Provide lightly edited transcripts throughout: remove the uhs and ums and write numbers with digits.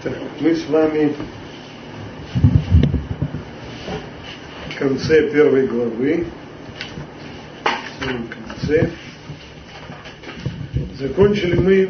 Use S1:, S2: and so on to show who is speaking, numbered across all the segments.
S1: Так, мы с вами в конце первой главы, в самом конце. Закончили мы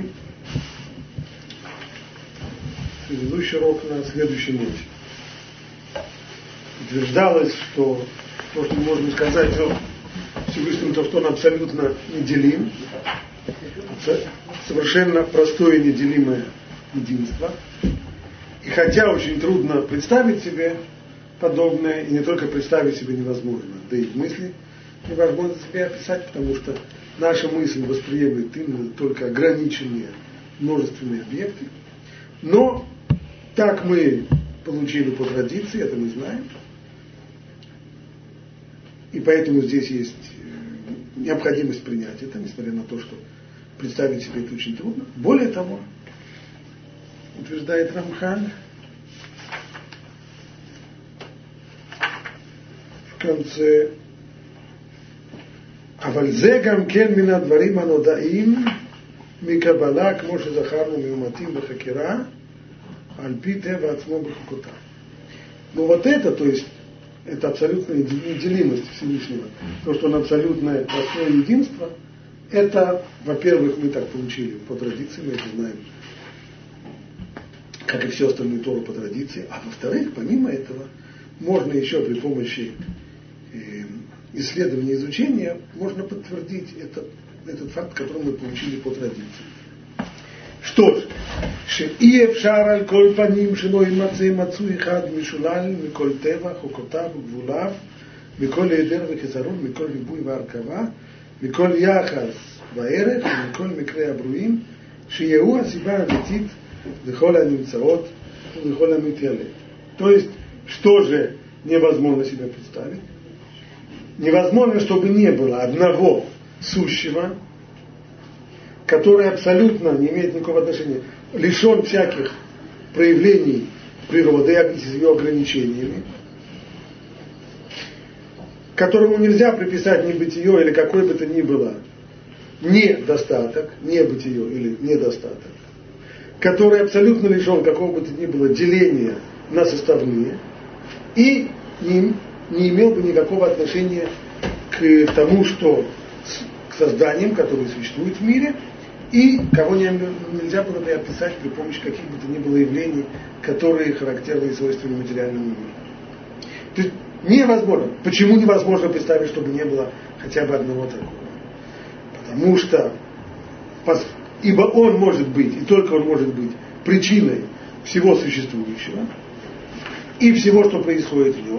S1: предыдущий урок на следующей ноте. Утверждалось, что то, что можно сказать о Всевышнем, то, что он абсолютно неделим, совершенно простое неделимое единство. И хотя очень трудно представить себе подобное, и не только представить себе невозможно, да и в мысли невозможно себе описать, потому что наша мысль восприемлет именно только ограниченные множественные объекты. Но так мы получили по традиции, это мы знаем. И поэтому здесь есть необходимость принять это, несмотря на то, что представить себе это очень трудно. Более того, утверждает Рамхаль в конце: אבל זה גם כן מן הדברים הנודעים מקבלה כמו שזכרנו מאומתים בחקירה על פי טבע עצמו בחוקותיו. Но вот это, то есть это абсолютная неделимость Всевышнего, то, что он абсолютное простое единство, это, во-первых, мы так получили по традиции, мы это знаем, как и все остальные Торы по традиции, а во-вторых, помимо этого, можно еще при помощи исследования и изучения, можно подтвердить этот факт, который мы получили по традиции. Что ж, שאי אפשר על כל פנים שלא יימצא מצוי אחד משולל מכל טבע, חוקותיו וגבוליו, מכל היעדר וחיסרון, מכל ריבוי והרכבה, מכל יחס וערך ומכל מקרה הברואים, שיהיו הסיבה האמיתית לכל הנמצאות ולכל המתיילה. То есть, что же невозможно себе представить? Невозможно, чтобы не было одного сущего, который абсолютно не имеет никакого отношения, лишен всяких проявлений природы с ее ограничениями, которому нельзя приписать небытие или какой бы то ни было недостаток, небытие или недостаток, который абсолютно лишен какого бы то ни было деления на составные и не имел бы никакого отношения к тому, что к созданиям, которые существуют в мире, и кого нельзя было бы описать при помощи каких бы то ни было явлений, которые характерны и свойственны материальному миру. То есть невозможно. Почему невозможно представить, чтобы не было хотя бы одного такого? Потому что, ибо он может быть, и только он может быть причиной всего существующего и всего, что происходит в нем.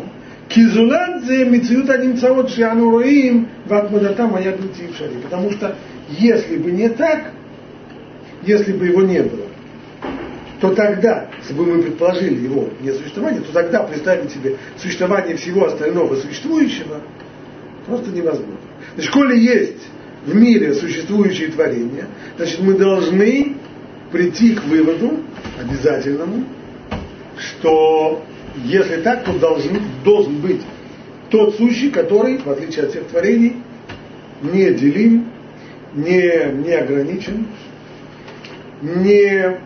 S1: Потому что если бы не так, если бы его не было, то тогда, если бы мы предположили его несуществование, то тогда представить себе существование всего остального существующего просто невозможно. Значит, коли есть в мире существующие творения, значит, мы должны прийти к выводу обязательному, что если так, то должен быть тот сущий, который, в отличие от всех творений, не делим, не ограничен, не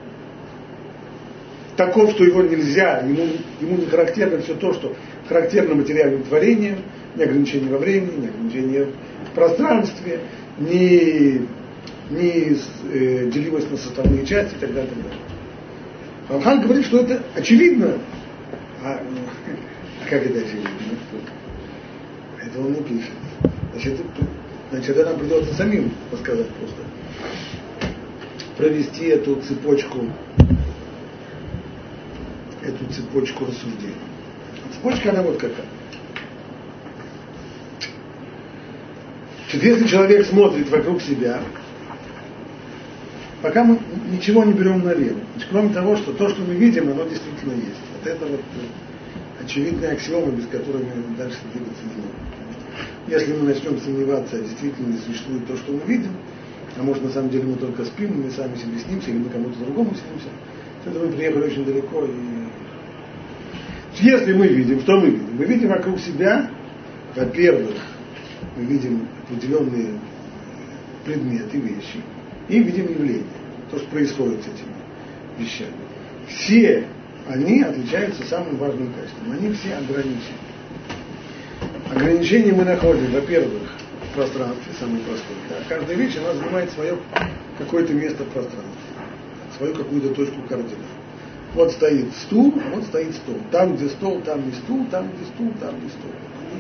S1: таков, что его нельзя, ему не характерно все то, что характерно материальным творениям, ни ограничения во времени, ни ограничения в пространстве, ни делимость на составные части и так далее. Рамхаль говорит, что это очевидно. А как это очевидно? Это он не пишет. Значит, это нам придется самим рассказать просто. Провести эту цепочку рассуждений. Цепочка, она вот какая. Значит, если человек смотрит вокруг себя, пока мы ничего не берем на веру, кроме того, что то, что мы видим, оно действительно есть. Вот это вот очевидная аксиома, без которой мы дальше двигаться не можем. Если мы начнем сомневаться, а действительно ли существует то, что мы видим, а может на самом деле мы только спим, мы сами себе снимся, или мы кому-то другому снимся, то это мы приехали очень далеко. Если мы видим, что мы видим? Мы видим вокруг себя, во-первых, мы видим определенные предметы, вещи, и видим явления, то, что происходит с этими вещами. все они отличаются самым важным качеством. Они все ограничены. Ограничения мы находим, во-первых, в пространстве, самое простое. Да? Каждая вещь, она занимает свое какое-то место в пространстве, свою какую-то точку координат. Вот стоит стул, а вот стоит стол. Там, где стол, там не стул, там, где стул, там не стул.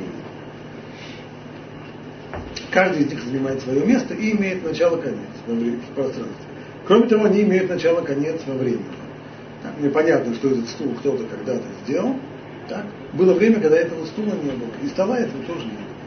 S1: Каждый из них занимает свое место и имеет начало-конец в пространстве. Кроме того, они имеют начало-конец во времени. Так, мне понятно, что этот стул кто-то когда-то сделал. Так. Было время, когда этого стула не было. И стола этого тоже не было.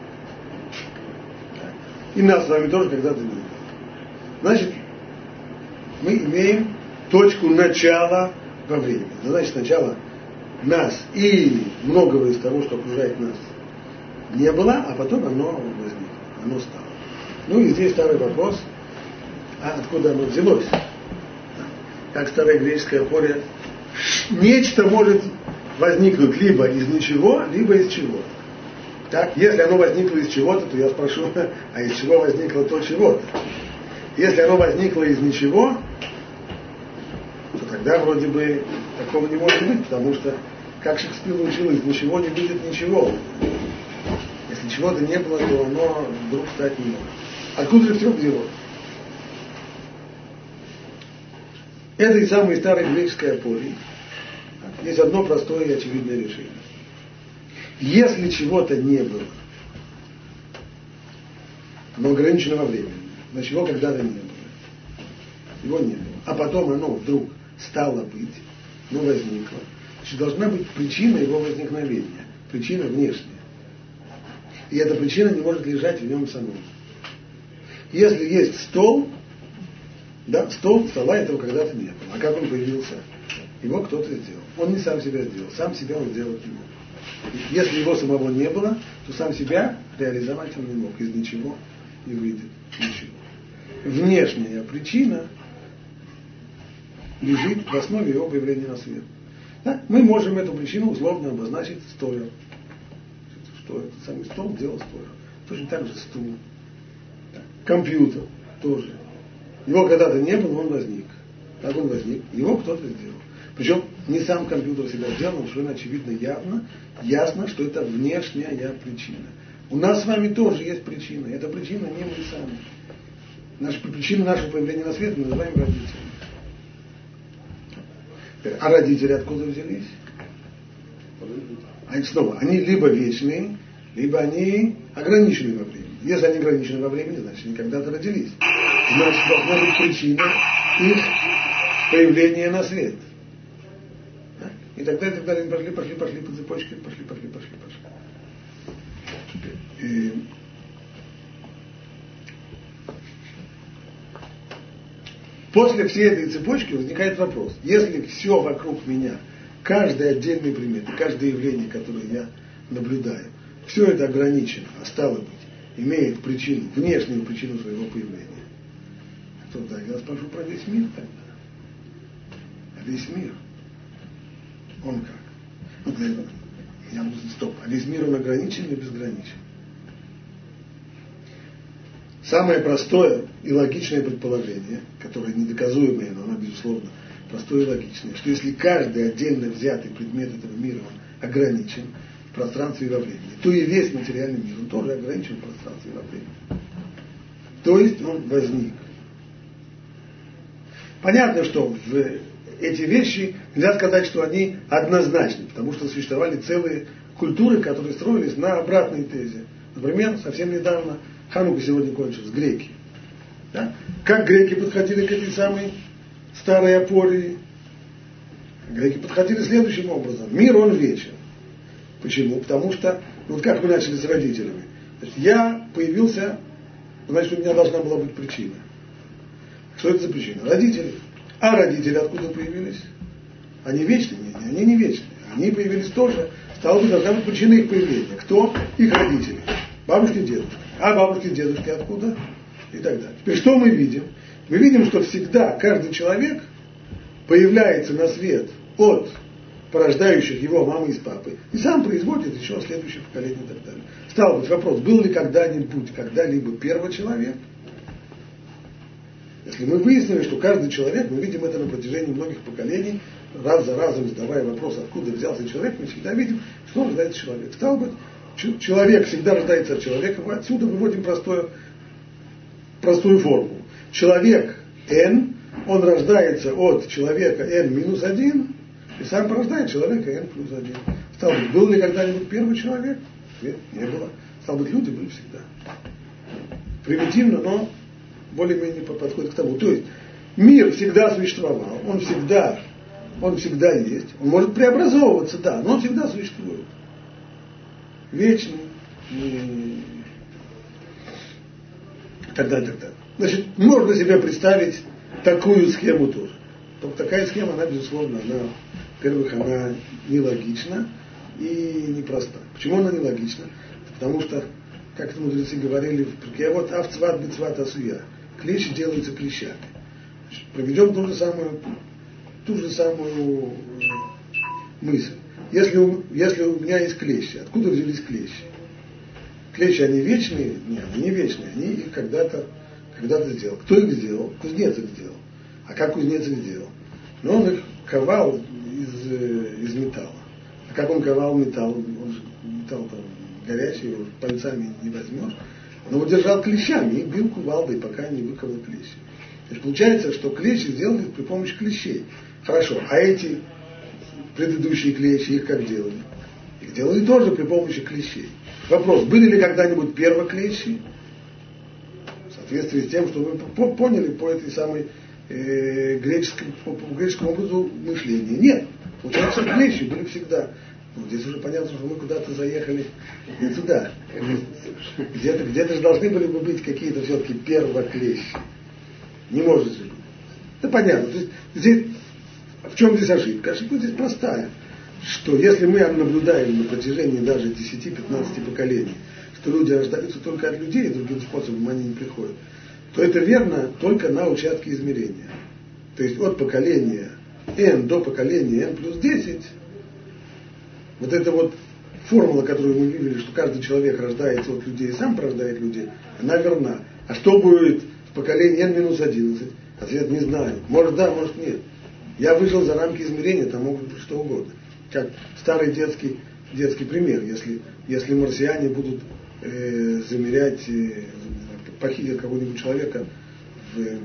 S1: Так. И нас с вами тоже когда-то не было. Значит, мы имеем точку начала во времени. Значит, сначала нас и многого из того, что окружает нас, не было, а потом оно возникло, оно стало. Ну и здесь старый вопрос, а откуда оно взялось? Как старая греческая апория, нечто может возникнуть либо из ничего, либо из чего-то. Так, если оно возникло из чего-то, то я спрошу, а из чего возникло то чего-то? Если оно возникло из ничего, то тогда вроде бы такого не может быть, потому что, как Шекспир учил, из ничего не будет ничего. Если чего-то не было, то оно вдруг стать не может. Откуда же все взялось? Этой самой старой греческой апории есть одно простое и очевидное решение. Если чего-то не было, оно ограничено во времени, но чего когда-то не было, его не было, а потом оно вдруг стало быть, оно возникло, значит, должна быть причина его возникновения, причина внешняя. И эта причина не может лежать в нем самом. Если есть стол, да, стола этого когда-то не было. А как он появился? Его кто-то сделал. Он не сам себя сделал. Сам себя он сделать не мог. Если его самого не было, то сам себя реализовать он не мог. Из ничего не выйдет ничего. Внешняя причина лежит в основе его появления на свет. Да? Мы можем эту причину условно обозначить столом. Что этот самый стол делал столом. Точно так же стул. Да. Компьютер тоже. Его когда-то не было, он возник. Как он возник? Его кто-то сделал. Причем не сам компьютер себя сделал, но совершенно очевидно, ясно, что это внешняя причина. У нас с вами тоже есть причина. Эта причина не мы сами. Причина нашего появления на свет мы называем родителями. А родители откуда взялись? Снова, они либо вечные, либо они ограничены во времени. Если они ограничены во времени, значит, они когда-то родились. Значит, должна быть причина их появления на свет. И так далее, пошли по цепочке, пошли. И после всей этой цепочки возникает вопрос. Если все вокруг меня, каждый отдельный предмет, каждое явление, которое я наблюдаю, все это ограничено, а стало быть, имеет причину, внешнюю причину своего появления, то да, я спрошу про весь мир тогда. А весь мир, он как? Стоп, а весь мир он ограничен или безграничен? Самое простое и логичное предположение, которое недоказуемое, но оно, безусловно, простое и логичное, что если каждый отдельно взятый предмет этого мира он ограничен в пространстве и во времени, то и весь материальный мир он тоже ограничен в пространстве и во времени. То есть он возник. Понятно, что в эти вещи нельзя сказать, что они однозначны, потому что существовали целые культуры, которые строились на обратной тезе. Например, совсем недавно, Ханука сегодня кончилась, греки. Да? Как греки подходили к этой самой старой апории? Греки подходили следующим образом. Мир, он вечен. Почему? Потому что, вот как мы начали с родителями. Значит, я появился, значит, у меня должна была быть причина. Что это за причина? Родители. А родители откуда появились? Они вечные? Нет, они не вечные. Они появились тоже. Стало быть, должна быть причина их появления. Кто? Их родители. Бабушки и дедушки. А бабушки и дедушки откуда? И так далее. Теперь что мы видим? Мы видим, что всегда каждый человек появляется на свет от порождающих его мамы и с папой. И сам производит еще следующее поколение и так далее. Стало быть, вопрос, был ли когда-либо первый человек? Если мы выяснили, что каждый человек, мы видим это на протяжении многих поколений, раз за разом задавая вопрос, откуда взялся человек, мы всегда видим, что он рождается человек. Стало быть, человек всегда рождается от человека, мы отсюда выводим простую формулу. Человек N, он рождается от человека N минус 1, и сам порождает человека N плюс 1. Стало быть, был ли когда-нибудь первый человек? Нет, не было. Стало быть, люди были всегда. Примитивно, но более-менее подходит к тому. То есть мир всегда существовал, он всегда есть, он может преобразовываться, да, но он всегда существует. Вечный и так далее, так далее. Значит, можно себе представить такую схему тоже. Только такая схема, она, безусловно, во-первых, она нелогична и непроста. Почему она нелогична? Потому что, как это мудрецы говорили в Перкей Авот, авцват бицват асуя. Клещи делаются клещами. Значит, проведем ту же самую мысль. Если у меня есть клещи, откуда взялись клещи? Клещи, они вечные? Нет, они не вечные. Они их когда-то сделал. Кто их сделал? Кузнец их сделал. А как кузнец их сделал? Ну, он их ковал из металла. А как он ковал металл? Металл там горячий, его пальцами не возьмешь. Он его держал клещами и бил кувалдой, пока не выковал клещи. То есть получается, что клещи сделали при помощи клещей. Хорошо, а эти предыдущие клещи, их как делали? Их делали тоже при помощи клещей. Вопрос, были ли когда-нибудь первоклещи? В соответствии с тем, что вы поняли по этой самой греческому образу мышления. Нет. Получается, клещи были всегда. Ну, здесь уже понятно, что мы куда-то заехали не туда. Где-то же должны были бы быть какие-то все-таки первоклещи. Не может же быть. Это понятно. То есть здесь, в чем здесь ошибка? Ошибка здесь простая. Что если мы наблюдаем на протяжении даже 10-15 поколений, что люди рождаются только от людей, и другим способом они не приходят, то это верно только на участке измерения. То есть от поколения n до поколения n плюс 10, вот эта вот формула, которую мы видели, что каждый человек рождается от людей и сам порождает людей, она верна. А что будет в поколении n минус 11? Ответ не знаю. Может да, может нет. Я вышел за рамки измерения, там могут быть что угодно. Как старый детский пример. Если марсиане будут замерять, похитят какого-нибудь человека в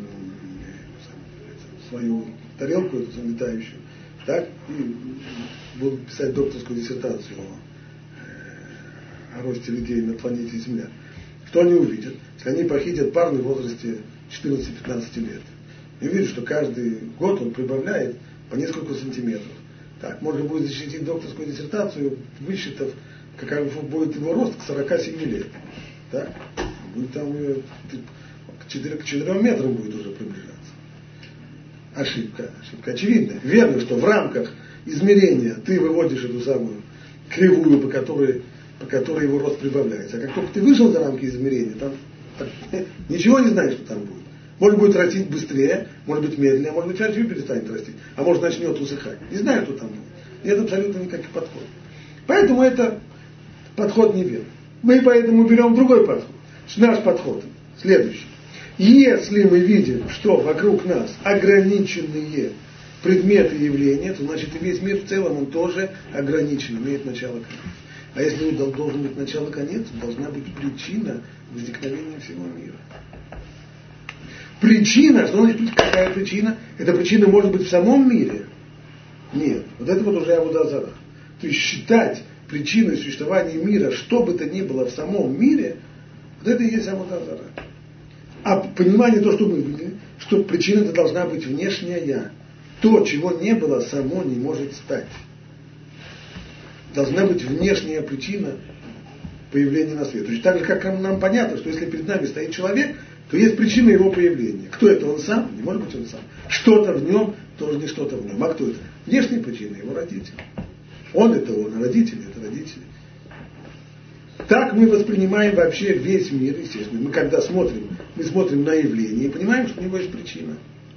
S1: свою тарелку эту заметающую, так, и будут писать докторскую диссертацию о росте людей на планете Земля. Что они увидят? Если они похитят парня в возрасте 14-15 лет, и увидят, что каждый год он прибавляет по несколько сантиметров. Так, можно будет защитить докторскую диссертацию, высчитав, какой будет его рост к 47 лет. Так? Будет там к 4 метрам будет уже приближаться. Ошибка очевидная. Верно, что в рамках измерения ты выводишь эту самую кривую, по которой его рост прибавляется. А как только ты вышел за рамки измерения, там ничего не знаешь, что там будет. Может будет расти быстрее, может быть медленнее, может быть вообще перестанет расти, а может начнет усыхать. Не знаю, что там будет. И это абсолютно никакой подход. Поэтому это подход неверный. Мы поэтому берем другой подход. Наш подход следующий. Если мы видим, что вокруг нас ограниченные предметы и явления, то значит и весь мир в целом, он тоже ограничен, имеет начало-конец. А если должен быть начало-конец, должна быть причина возникновения всего мира. Причина, что значит, какая причина? Эта причина может быть в самом мире? Нет. Вот это вот уже Авода Зара. То есть считать причиной существования мира, что бы то ни было в самом мире, вот это и есть Авода Зара. А понимание, то, что мы видели, что причина это должна быть внешняя. То, чего не было, само не может стать. Должна быть внешняя причина появления на свет. То есть так же, как нам понятно, что если перед нами стоит человек, то есть причина его появления. Кто это? Он сам? Не может быть он сам. Что-то в нем, тоже не что-то в нем. А кто это? Внешняя причина, его родители. Он это он, а родители это родители. Так мы воспринимаем вообще весь мир, естественно. Мы когда смотрим, мы смотрим на явление и понимаем, что у него есть причина.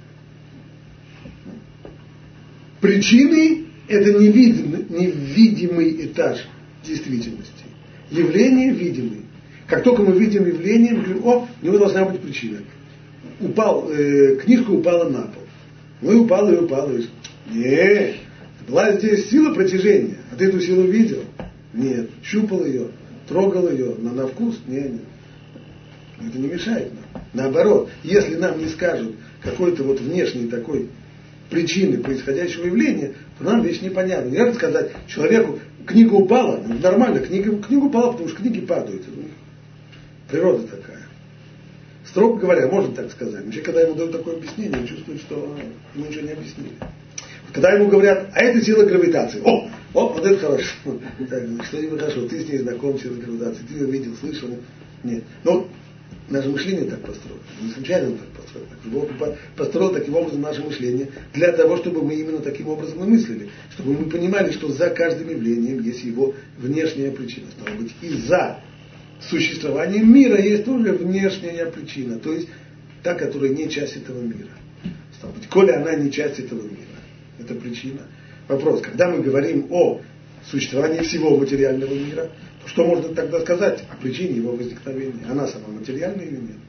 S1: Причины – это невидимый этаж действительности. Явление видимый. Как только мы видим явление, мы говорим, о, у него должна быть причина. книжка упала на пол. Ну и упала, и упала. Нет, была здесь сила притяжения. А ты эту силу видел? Нет. Щупал ее, трогал ее, но на вкус? Нет. Это не мешает нам. Наоборот, если нам не скажут какой-то вот внешней такой причины происходящего явления, то нам вещь непонятна. Не надо сказать человеку, книга упала, нормально, книга упала, потому что книги падают. Природа такая. Строго говоря, можно так сказать. Но человек, когда ему дают такое объяснение, он чувствует, что ему ничего не объяснили. Когда ему говорят, а это сила гравитации. Вот это хорошо. Что-нибудь хорошо, ты с ней знаком, сила гравитации, ты ее видел, слышал. Нет. Но наше мышление так построено. Не случайно он так построен. Бог построил таким образом наше мышление для того, чтобы мы именно таким образом и мыслили. Чтобы мы понимали, что за каждым явлением есть его внешняя причина. Стало быть, и за существованием мира есть тоже внешняя причина. То есть та, которая не часть этого мира. Стало быть, коли она не часть этого мира. Это причина. Вопрос, когда мы говорим о существовании всего материального мира, то что можно тогда сказать о причине его возникновения? Она сама материальная или нет?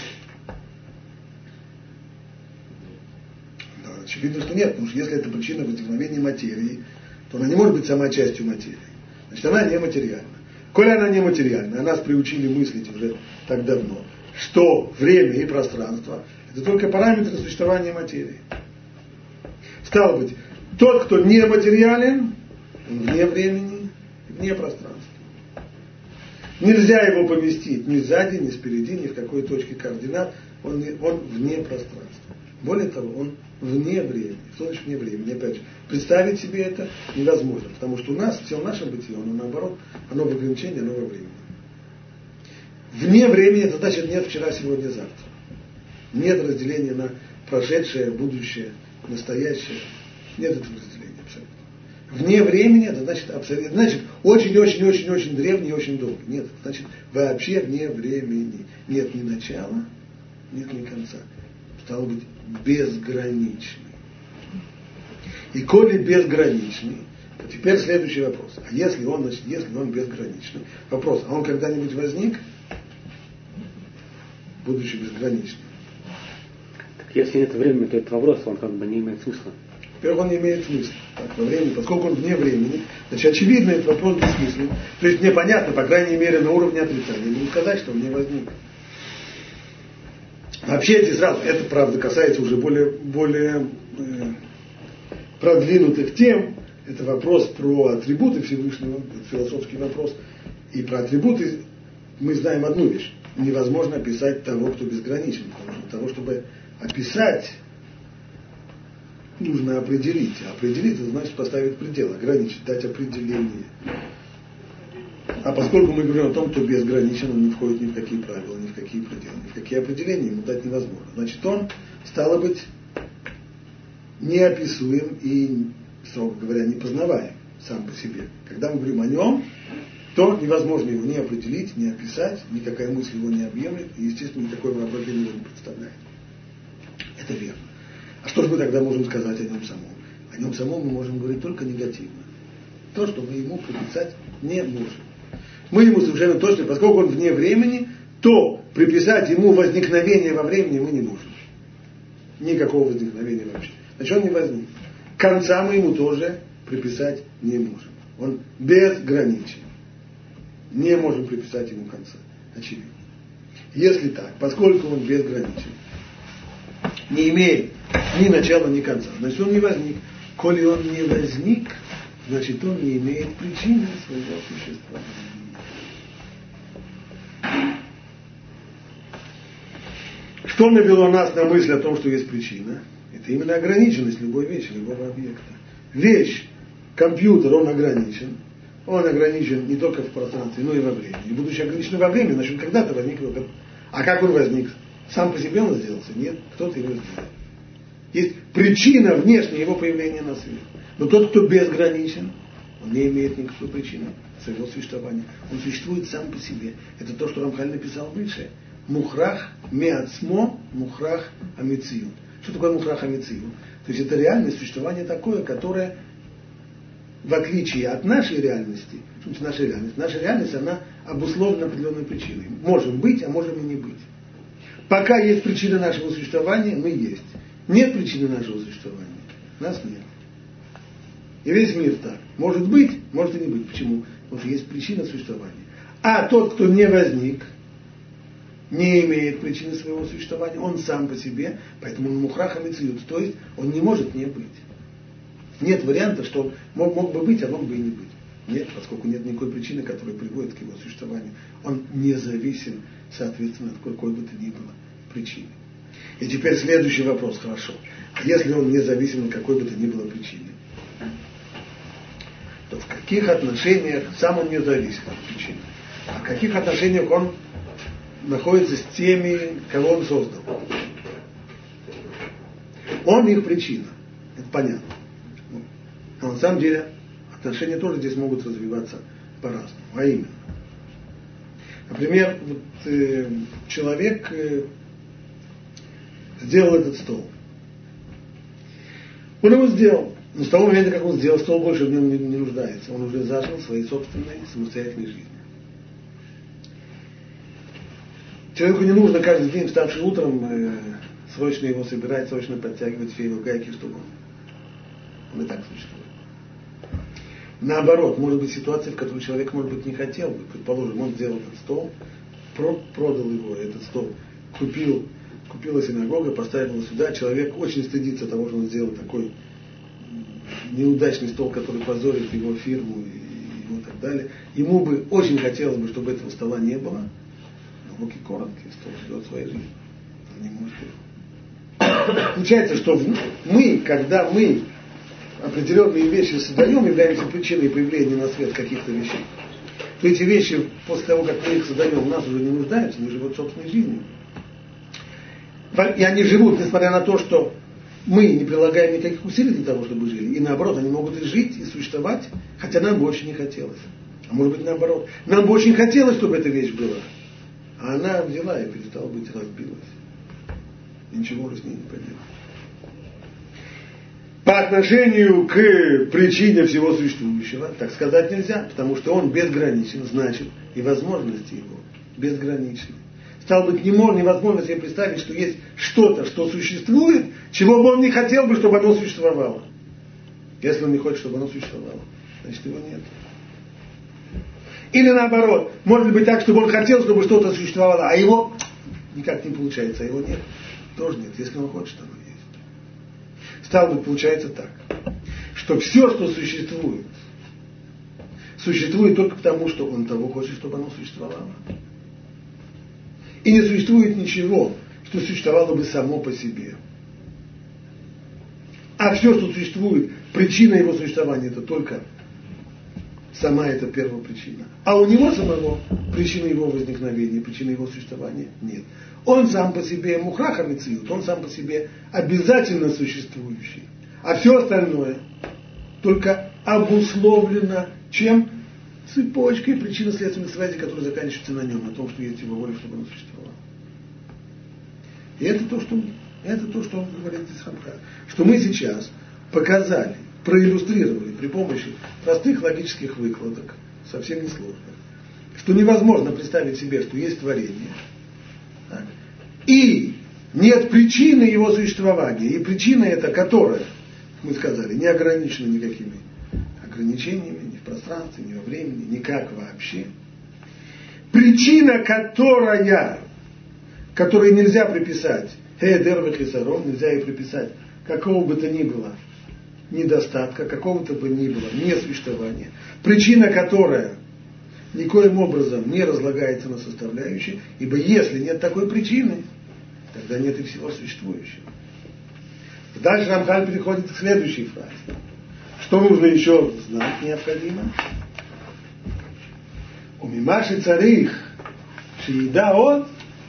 S1: Да, очевидно, что нет, потому что если это причина возникновения материи, то она не может быть сама частью материи. Значит, она нематериальна. Коли она нематериальна, а нас приучили мыслить уже так давно, что время и пространство – это только параметры существования материи. Стало быть, тот, кто нематериален, он вне времени, вне пространства. Нельзя его поместить ни сзади, ни спереди, ни в какой точке координат. Он вне пространства. Более того, он вне времени. Что значит вне времени? Опять же, представить себе это невозможно, потому что у нас, все в нашем бытие, оно наоборот, оно в ограничении, оно во времени. Вне времени, это значит нет вчера, сегодня, завтра. Нет разделения на прошедшее, будущее, настоящее. Нет этого разделения абсолютно. Вне времени, это значит абсолютно, значит очень-очень-очень-очень древний и очень долгий. Нет, это значит вообще вне времени. Нет ни начала, нет ни конца. Стало быть, безграничный. И коли безграничный, то теперь следующий вопрос. А если он безграничный? Вопрос, а он когда-нибудь возник, будучи безграничным?
S2: Так если нет времени, то этот вопрос, он как бы не имеет смысла.
S1: Во-первых, он не имеет смысла. Так, во времени, поскольку он вне времени, значит, очевидно, этот вопрос бессмыслен. То есть мне понятно, по крайней мере, на уровне отрицания. Не буду сказать, что он не возник. Вообще, здесь сразу, это, правда, касается уже более продвинутых тем. Это вопрос про атрибуты Всевышнего, это философский вопрос. И про атрибуты мы знаем одну вещь. Невозможно описать того, кто безграничен. Потому что для того, чтобы описать, нужно определить. А определить, это значит поставить предел, ограничить, дать определение. А поскольку мы говорим о том, кто безграничен, он не входит ни в какие правила, ни в какие пределы, ни в какие определения ему дать невозможно. Значит, он, стало быть, неописуем и, строго говоря, непознаваем сам по себе. Когда мы говорим о нем, то невозможно его ни определить, ни описать, никакая мысль его не объемлет, и, естественно, никакое воображение его не представляет. Это верно. А что же мы тогда можем сказать о нем самом? О нем самом мы можем говорить только негативно. То, что мы ему приписать не можем. Мы ему совершенно точно, поскольку он вне времени, то приписать ему возникновение во времени мы не можем. Никакого возникновения вообще. Значит, он не возник. Конца мы ему тоже приписать не можем. Он безграничен. Не можем приписать ему конца. Очевидно. Если так, поскольку он безграничен, не имеет ни начала, ни конца, значит, он не возник. Коли он не возник, значит, он не имеет причины своего существования. Что навело нас на мысль о том, что есть причина? Это именно ограниченность любой вещи, любого объекта. Вещь, компьютер, он ограничен. Он ограничен не только в пространстве, но и во времени. И будучи ограничен во времени, значит, когда-то возник. А как он возник? Сам по себе он сделался? Нет, кто-то его сделал. Есть причина внешняя его появления на свет. Но тот, кто безграничен, он не имеет никакой причины своего существования. Он существует сам по себе. Это то, что Рамхаль написал выше. Мухрах меацмо, мухрах амицию. Что такое мухрах амицию? То есть это реальное существование такое, которое, в отличие от нашей реальности, что значит наша реальность? Наша реальность, она обусловлена определенной причиной. Можем быть, а можем и не быть. Пока есть причина нашего существования, мы есть. Нет причины нашего существования, нас нет. И весь мир так. Может быть, может и не быть. Почему? Потому что есть причина существования. А тот, кто не возник, не имеет причины своего существования, он сам по себе, поэтому он мухрах амициют, то есть он не может не быть. Нет варианта, что мог бы быть, а мог бы и не быть. Нет, поскольку нет никакой причины, которая приводит к его существованию. Он независим, соответственно, от какой бы то ни было причины. И теперь следующий вопрос, хорошо. А если он независим от какой бы то ни было причины, то в каких отношениях сам он не зависит от причины? А в каких отношениях он находится с теми, кого он создал? Он их причина. Это понятно. Но на самом деле отношения тоже здесь могут развиваться по-разному. А именно. Например, человек сделал этот стол. Он его сделал. Но с того момента, как он сделал, стол больше в нем не нуждается. Он уже зажил своей собственной самостоятельной жизнью. Человеку не нужно каждый день, вставший утром, срочно его собирать, срочно подтягивать фейлы, гайки, чтобы он и так существует. Наоборот, может быть ситуация, в которой человек, может быть, не хотел бы. Предположим, он сделал этот стол, продал его, этот стол, купила синагога, поставила его сюда. Человек очень стыдится того, что он сделал такой неудачный стол, который позорит его фирму и так далее. Ему бы очень хотелось бы, чтобы этого стола не было. Но руки короткие, стол живет своей жизнью. Он не может его. Получается, что мы, когда мы определенные вещи создаем, являемся причиной появления на свет каких-то вещей, то эти вещи, после того, как мы их создаем, у нас уже не нуждаются, они живут собственной жизнью. И они живут, несмотря на то, что мы не прилагаем никаких усилий для того, чтобы жили. И наоборот, они могут и жить, и существовать, хотя нам бы очень не хотелось. А может быть наоборот. Нам бы очень хотелось, чтобы эта вещь была. А она взяла и перестала быть, разбилась. И ничего уже с ней не поделать. По отношению к причине всего существующего, так сказать нельзя, потому что он безграничен, значит, и возможности его безграничны. Стало быть, невозможно себе представить, что есть что-то, что существует, чего бы он не хотел бы, чтобы оно существовало. Если он не хочет, чтобы оно существовало, значит, его нет. Или наоборот, может быть так, чтобы он хотел, чтобы что-то существовало, а его никак не получается, а его нет. Тоже нет, если он хочет, оно есть. Стало быть, получается так, что все, что существует, существует только потому, что он того хочет, чтобы оно существовало. И не существует ничего, что существовало бы само по себе. А все, что существует, причина его существования, это только сама эта первопричина. А у него самого причины его возникновения, причины его существования нет. Он сам по себе мухрах амициют, он сам по себе обязательно существующий. А все остальное только обусловлено чем? Цепочкой причинно-следственных связей, которые заканчиваются на нем, на том, что есть его воля, чтобы оно существовало. И это то, что он говорит здесь Рамхаль. Что мы сейчас показали, проиллюстрировали при помощи простых логических выкладок, совсем несложных, что невозможно представить себе, что есть творение, так, и нет причины его существования. И причина эта, которая, мы сказали, не ограничена никакими ограничениями, ни в пространстве, ни во времени, никак вообще. Причина, которой нельзя приписать хеедер вехисарон, нельзя ей приписать какого бы то ни было недостатка, какого-то бы ни было несуществования. Причина, которая никоим образом не разлагается на составляющие, ибо если нет такой причины, тогда нет и всего существующего. Дальше Рамхаль переходит к следующей фразе. Что нужно еще знать необходимо? Умимаши царих шиида от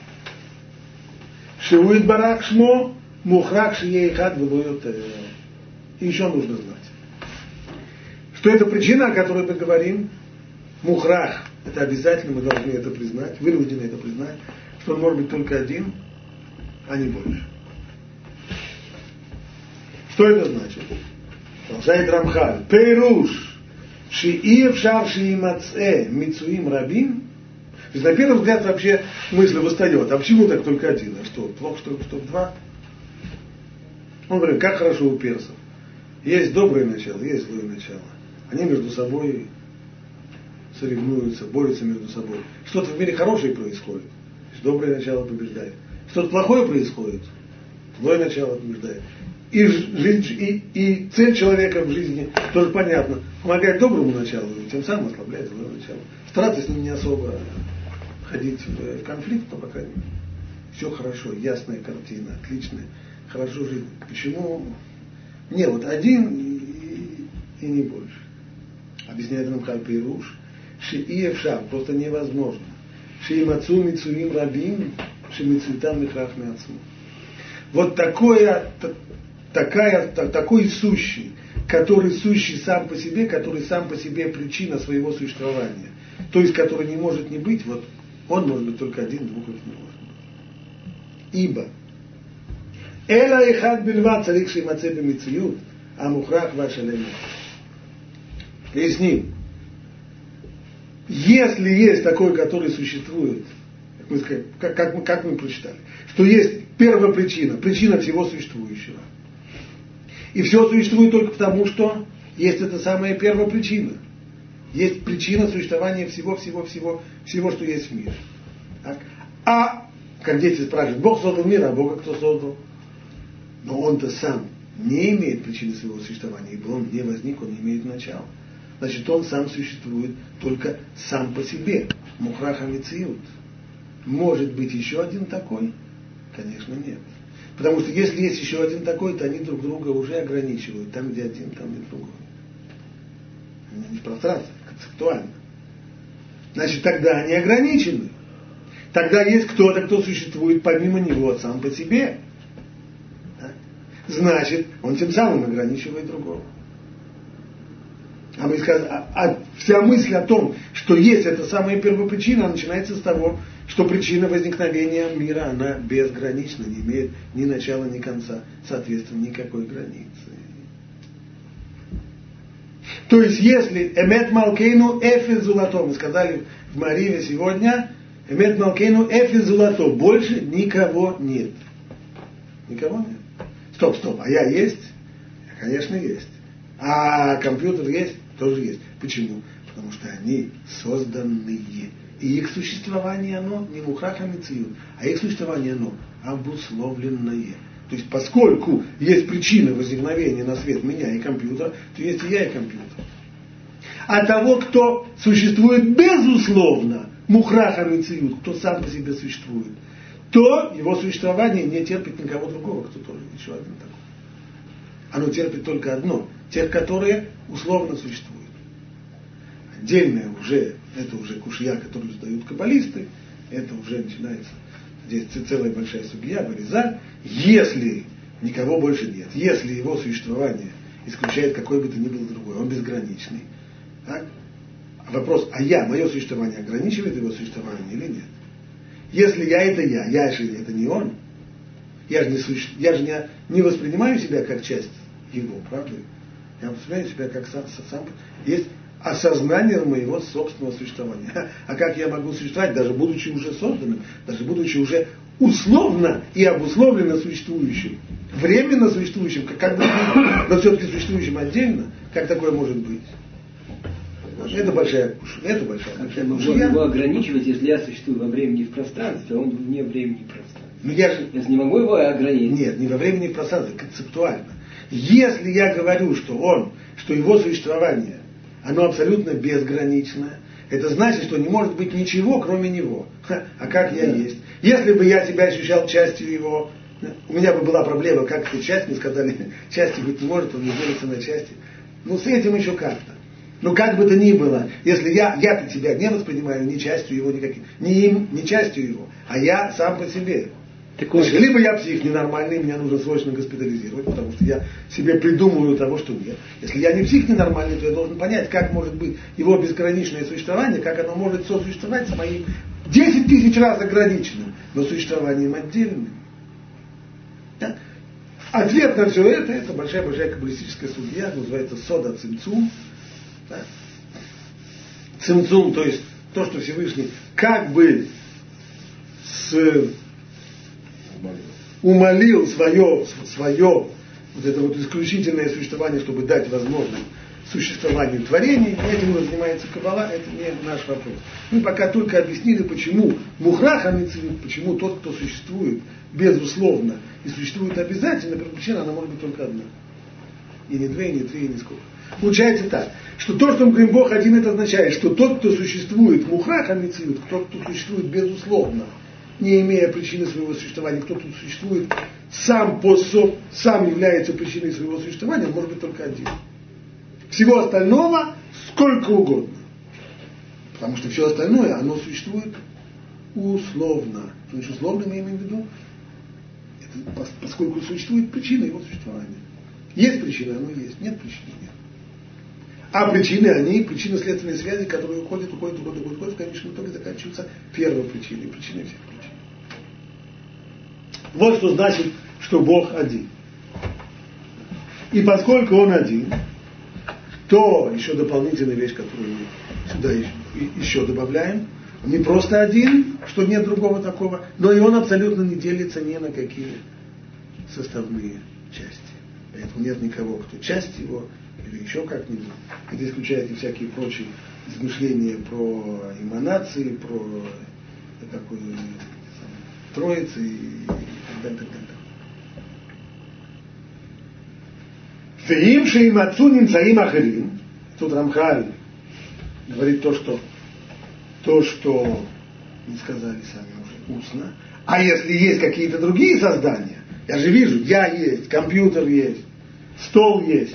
S1: шиуит барак шмо мухрак шиейхад вылует. И еще нужно знать, что это причина, о которой мы говорим, мухрах, это обязательно, мы должны это признать, вынуждены это признать, что он может быть только один, а не больше. Что это значит? Продолжает Рамхаль. Пейруш шииев шар шиимацэ мицуим рабим. То есть на первый взгляд вообще мысль восстает. А почему так только один? А что, плохо, что два? Он говорит, как хорошо у персов. Есть доброе начало, есть злое начало. Они между собой соревнуются, борются между собой. Что-то в мире хорошее происходит, доброе начало побеждает. Что-то плохое происходит, злое начало побеждает. И цель человека в жизни тоже понятна. Помогать доброму началу, и тем самым ослабляет злое начало. Стараться с ним не особо ходить в конфликт, но, по крайней мере, все хорошо, ясная картина, отличная, хорошо жить. Почему? Не, вот один и не больше. Объясняет Рамхаль Пейруш, шииевшам, просто невозможно. Шиимацу мицуим рабим, шимицуитам михрах миацму. Вот такой сущий, который сущий сам по себе, который сам по себе причина своего существования, то есть который не может не быть, вот он может быть только один, двух их не может быть. Ибо Эла эхад бельва царик шимаце бемициют, а мухрах вашалем. И с ним, если есть такой, который существует, как мы прочитали, что есть первая причина, причина всего существующего. И все существует только потому, что есть эта самая первая причина. Есть причина существования всего, что есть в мире. Так? А, как дети спрашивают, Бог создал мир, а Бога кто создал? Но он-то сам не имеет причины своего существования, ибо он не возник, он не имеет начала. Значит, он сам существует только сам по себе. Мухраха мициют. Может быть еще один такой? Конечно, нет. Потому что если есть еще один такой, то они друг друга уже ограничивают. Там, где один, там, где другой. Не в пространстве, концептуально. Значит, тогда они ограничены. Тогда есть кто-то, кто существует помимо него, сам по себе. Так? Значит, он тем самым ограничивает другого. А вся мысль о том, что есть эта самая первопричина, начинается с того, что причина возникновения мира, она безгранична, не имеет ни начала, ни конца, соответственно, никакой границы. То есть, если Эмет Малкейну Эфес Зулато, мы сказали в Мариве сегодня, Эмет Малкейну Эфес Зулато, больше никого нет. Никого нет. Стоп, а я есть? Я, конечно, есть. А компьютер есть? Тоже есть. Почему? Потому что они созданные. И их существование, оно не мухрах амициют, а их существование, оно обусловленное. То есть, поскольку есть причина возникновения на свет меня и компьютера, то есть и я, и компьютер. А того, кто существует безусловно, мухрах амициют, кто сам по себе существует, то его существование не терпит никого другого, кто тоже еще один такой. Оно терпит только одно, тех, которые условно существуют. Отдельное уже, это уже кушья, которую задают каббалисты, это уже начинается, здесь целая большая судья, Баризаль, если никого больше нет, если его существование исключает какой бы то ни был другой, он безграничный. Так? Вопрос, мое существование ограничивает его существование или нет? Если я это же это не он, я же не воспринимаю себя как часть его, правда? Я воспринимаю себя как сам. Есть осознание моего собственного существования. А как я могу существовать, даже будучи уже созданным, даже будучи уже условно и обусловленно существующим, временно существующим, как бы, но все-таки существующим отдельно, как такое может быть? Это большая.
S3: Как я могу его ограничивать, если я существую во времени и в пространстве, а он вне времени и пространства? Я же не могу его ограничить.
S1: Нет, не во времени и в пространстве, концептуально. Если я говорю, что его существование, оно абсолютно безграничное, это значит, что не может быть ничего, кроме него. А как я есть? Если бы я себя ощущал частью его, у меня бы была проблема, как эта часть, мне сказали, части быть не может, он не делится на части. С этим еще как-то. Но как бы то ни было, если я-то тебя не воспринимаю ни частью его никаким, ни им, ни частью его, а я сам по себе. Значит, либо я псих ненормальный, меня нужно срочно госпитализировать, потому что я себе придумываю того, что нет. Если я не псих ненормальный, то я должен понять, как может быть его безграничное существование, как оно может сосуществовать с моим 10 000 раз ограниченным, но существованием отдельным. Да? Ответ на все это большая-большая каббалистическая судья, называется Сода Цимцум. Да? Цимцум, то есть то, что Всевышний как бы умолил свое вот это вот исключительное существование, чтобы дать возможность существованию творений, этим занимается Каббала, это не наш вопрос. Мы пока только объяснили, почему Мухрах Амицивит, почему тот, кто существует безусловно и существует обязательно, причина она может быть только одна. И не две, и не три, и не сколько. Получается так, что то, что мы говорим Бог один, это означает, что тот, кто существует Мухрах Амицивит, тот, кто существует безусловно, не имея причины своего существования, кто тут существует сам является причиной своего существования, может быть только один. Всего остального сколько угодно. Потому что все остальное, оно существует условно. То есть условно мы имеем в виду, это, поскольку существует причина его существования. Есть причина, оно есть. Нет причины, нет. А причины, они причинно-следственные связи, которые уходят, в конечном итоге заканчиваются первой причиной, причиной всех причин. Вот что значит, что Бог один. И поскольку Он один, то еще дополнительная вещь, которую мы сюда еще добавляем, он не просто один, что нет другого такого, но и он абсолютно не делится ни на какие составные части. Поэтому нет никого, кто часть его, или еще как-нибудь. Это исключает и всякие прочие измышления про эманации, про такую троицы и так далее, так далее. Феим шеим отцу нимцаим ахарим. Тут Рамхаль говорит то, что не сказали сами уже устно. А если есть какие-то другие создания, я же вижу, я есть, компьютер есть, стол есть.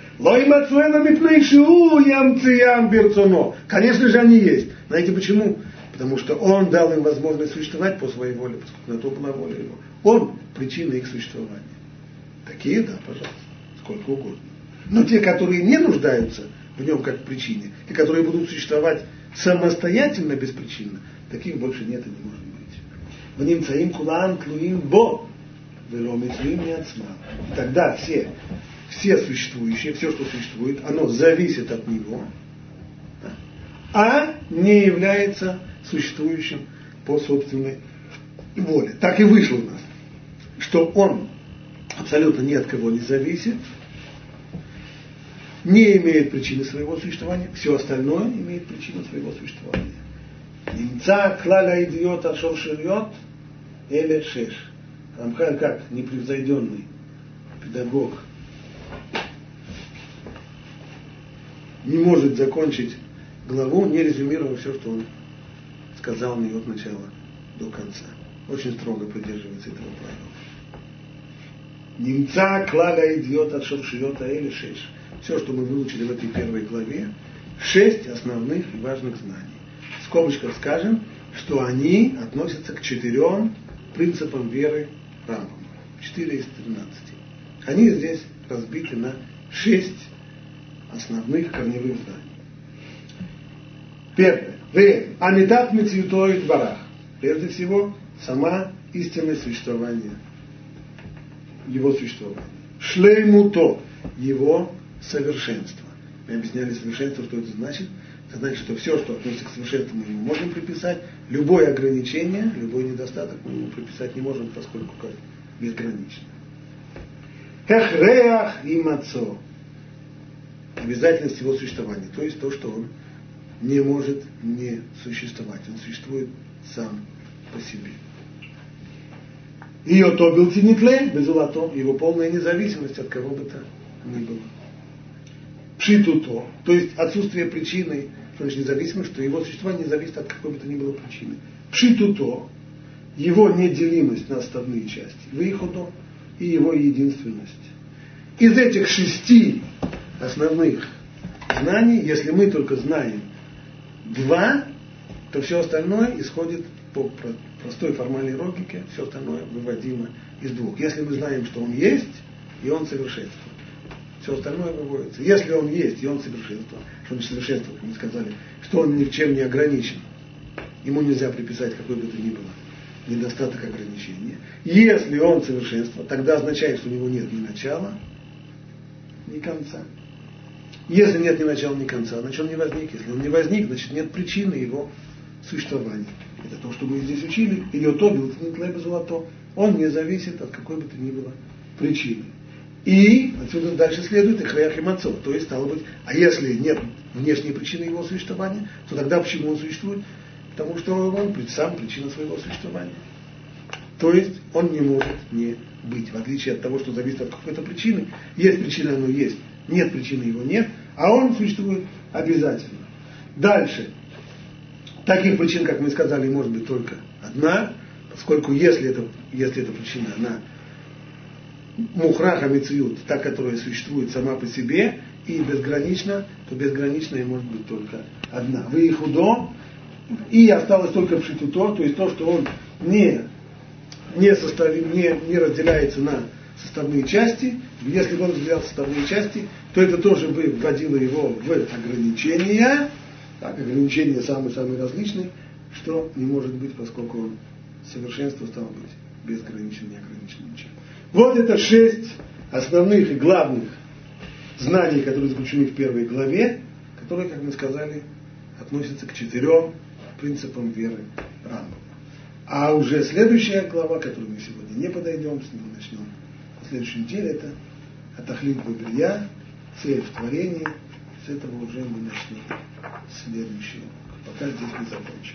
S1: Конечно же они есть. Знаете почему? Потому что он дал им возможность существовать по своей воле, поскольку на то была воля его. Он причина их существования. Такие, да, пожалуйста, сколько угодно. Но те, которые не нуждаются в нем как в причине, и которые будут существовать самостоятельно, беспричинно, таких больше нет и не может быть. В ним цаим кулан тлуим бо, веломицуим не отсма. И тогда все существующие, все, что существует, оно зависит от него, а не является существующим по собственной воле. Так и вышло у нас, что он абсолютно ни от кого не зависит, не имеет причины своего существования, все остальное имеет причину своего существования. Немца клаля идиота шоршиот эле шеш. Рамхаль как непревзойденный педагог не может закончить главу, не резюмировав все, что он сказал мне от начала до конца. Очень строго придерживается этого правила. Немца клаля идиота шоршиота эле шеш. Все, что мы выучили в этой первой главе, 6 основных и важных знаний. В скобочках скажем, что они относятся к 4 принципам веры Рамбама. 4 из 13. Они здесь разбиты на 6 основных корневых знаний. Первое. Амитат мецьютой дворах. Прежде всего, сама истинность существования. Его существования. Шлеймуто. Его совершенство. Мы объясняли совершенство, что это значит. Это значит, что все, что относится к совершенству, мы ему можем приписать. Любое ограничение, любой недостаток мы ему приписать не можем, поскольку как безгранично. Хехреах и мацо. Обязательность его существования. То есть то, что он не может не существовать. Он существует сам по себе. Ее то был тинитле, безулато, его полная независимость от кого бы то ни было. Пшитуто, то есть отсутствие причины, что значит независимость, что его существование не зависит от какой бы то ни было причины. Пшитуто, его неделимость на составные части, выходу и его единственность. Из этих 6 основных знаний, если мы только знаем 2, то все остальное исходит по простой формальной логике, все остальное выводимо из 2. Если мы знаем, что он есть, и он совершенство, все остальное выводится. Если он есть, и он совершенство, что значит совершенство, как мы сказали, что он ни в чем не ограничен, ему нельзя приписать какой бы то ни было недостаток ограничения. Если он совершенство, тогда означает, что у него нет ни начала, ни конца. Если нет ни начала, ни конца, значит он не возник. Если он не возник, значит нет причины его существования. Это то, что мы здесь учили. Ее то билтнит лэбэ золото. Он не зависит от какой бы то ни было причины. И отсюда дальше следует ихреях и мацот. То есть, стало быть, а если нет внешней причины его существования, то тогда почему он существует? Потому что он сам причина своего существования. То есть он не может не быть, в отличие от того, что зависит от какой-то причины. Есть причина, оно есть. Нет причины, его нет. А он существует обязательно. Дальше. Таких причин, как мы сказали, может быть только одна, поскольку если эта причина, она мухраха мециют, та, которая существует сама по себе и безгранична, то безграничная может быть только одна. Вы и худо, и осталось только пшитуто, то есть то, что он не разделяется на составные части. Если бы он разделял составные части, то это тоже бы вводило его в ограничения. Так, ограничения самые различные, что не может быть, поскольку он совершенство стало быть безграничным, неограниченным ничем. Вот это 6 основных и главных знаний, которые заключены в первой главе, которые, как мы сказали, относятся к 4 принципам веры Рамбама. А уже следующая глава, к которой мы сегодня не подойдем, с нее начнем на следующей неделе, это Атахлит Бабрия, цель в творении. С этого уже мы начнем следующее. Пока здесь мы закончим.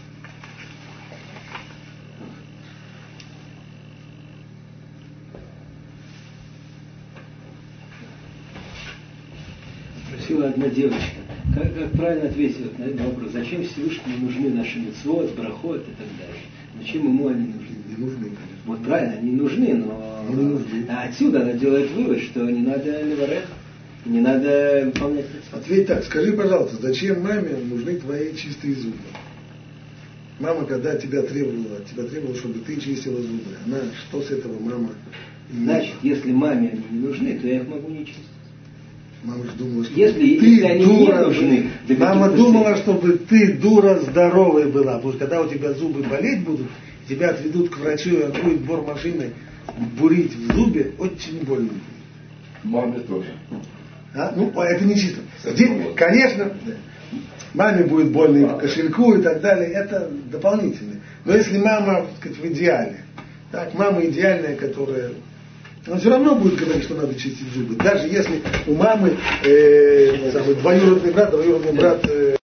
S3: Спросила одна девочка, как правильно ответить на этот вопрос, зачем Всевышнему нужны наши мицвот, брахот и так далее? Зачем ему они нужны?
S1: Не нужны, конечно.
S3: Вот правильно, они нужны, но
S1: не нужны.
S3: А отсюда она делает вывод, что не надо леварех, не надо выполнять мицвот.
S1: Ответь так, скажи, пожалуйста, зачем маме нужны твои чистые зубы? Мама, когда тебя требовала, чтобы ты чистила зубы, она что с этого мама имела?
S3: Значит, если маме они не нужны, то я их могу не чистить.
S1: Мама же думала, что
S3: если они не нужны,
S1: мама думала, чтобы ты дура здоровой была. Потому что когда у тебя зубы болеть будут, тебя отведут к врачу, и он будет бормашиной бурить в зубе, очень больно.
S4: Маме тоже.
S1: Ну, это не чисто. Конечно, маме будет больно и в кошельку и так далее, это дополнительно. Но если мама, так сказать, в идеале, так, мама идеальная, которая... Он все равно будет говорить, что надо чистить зубы. Даже если у мамы двоюродный брат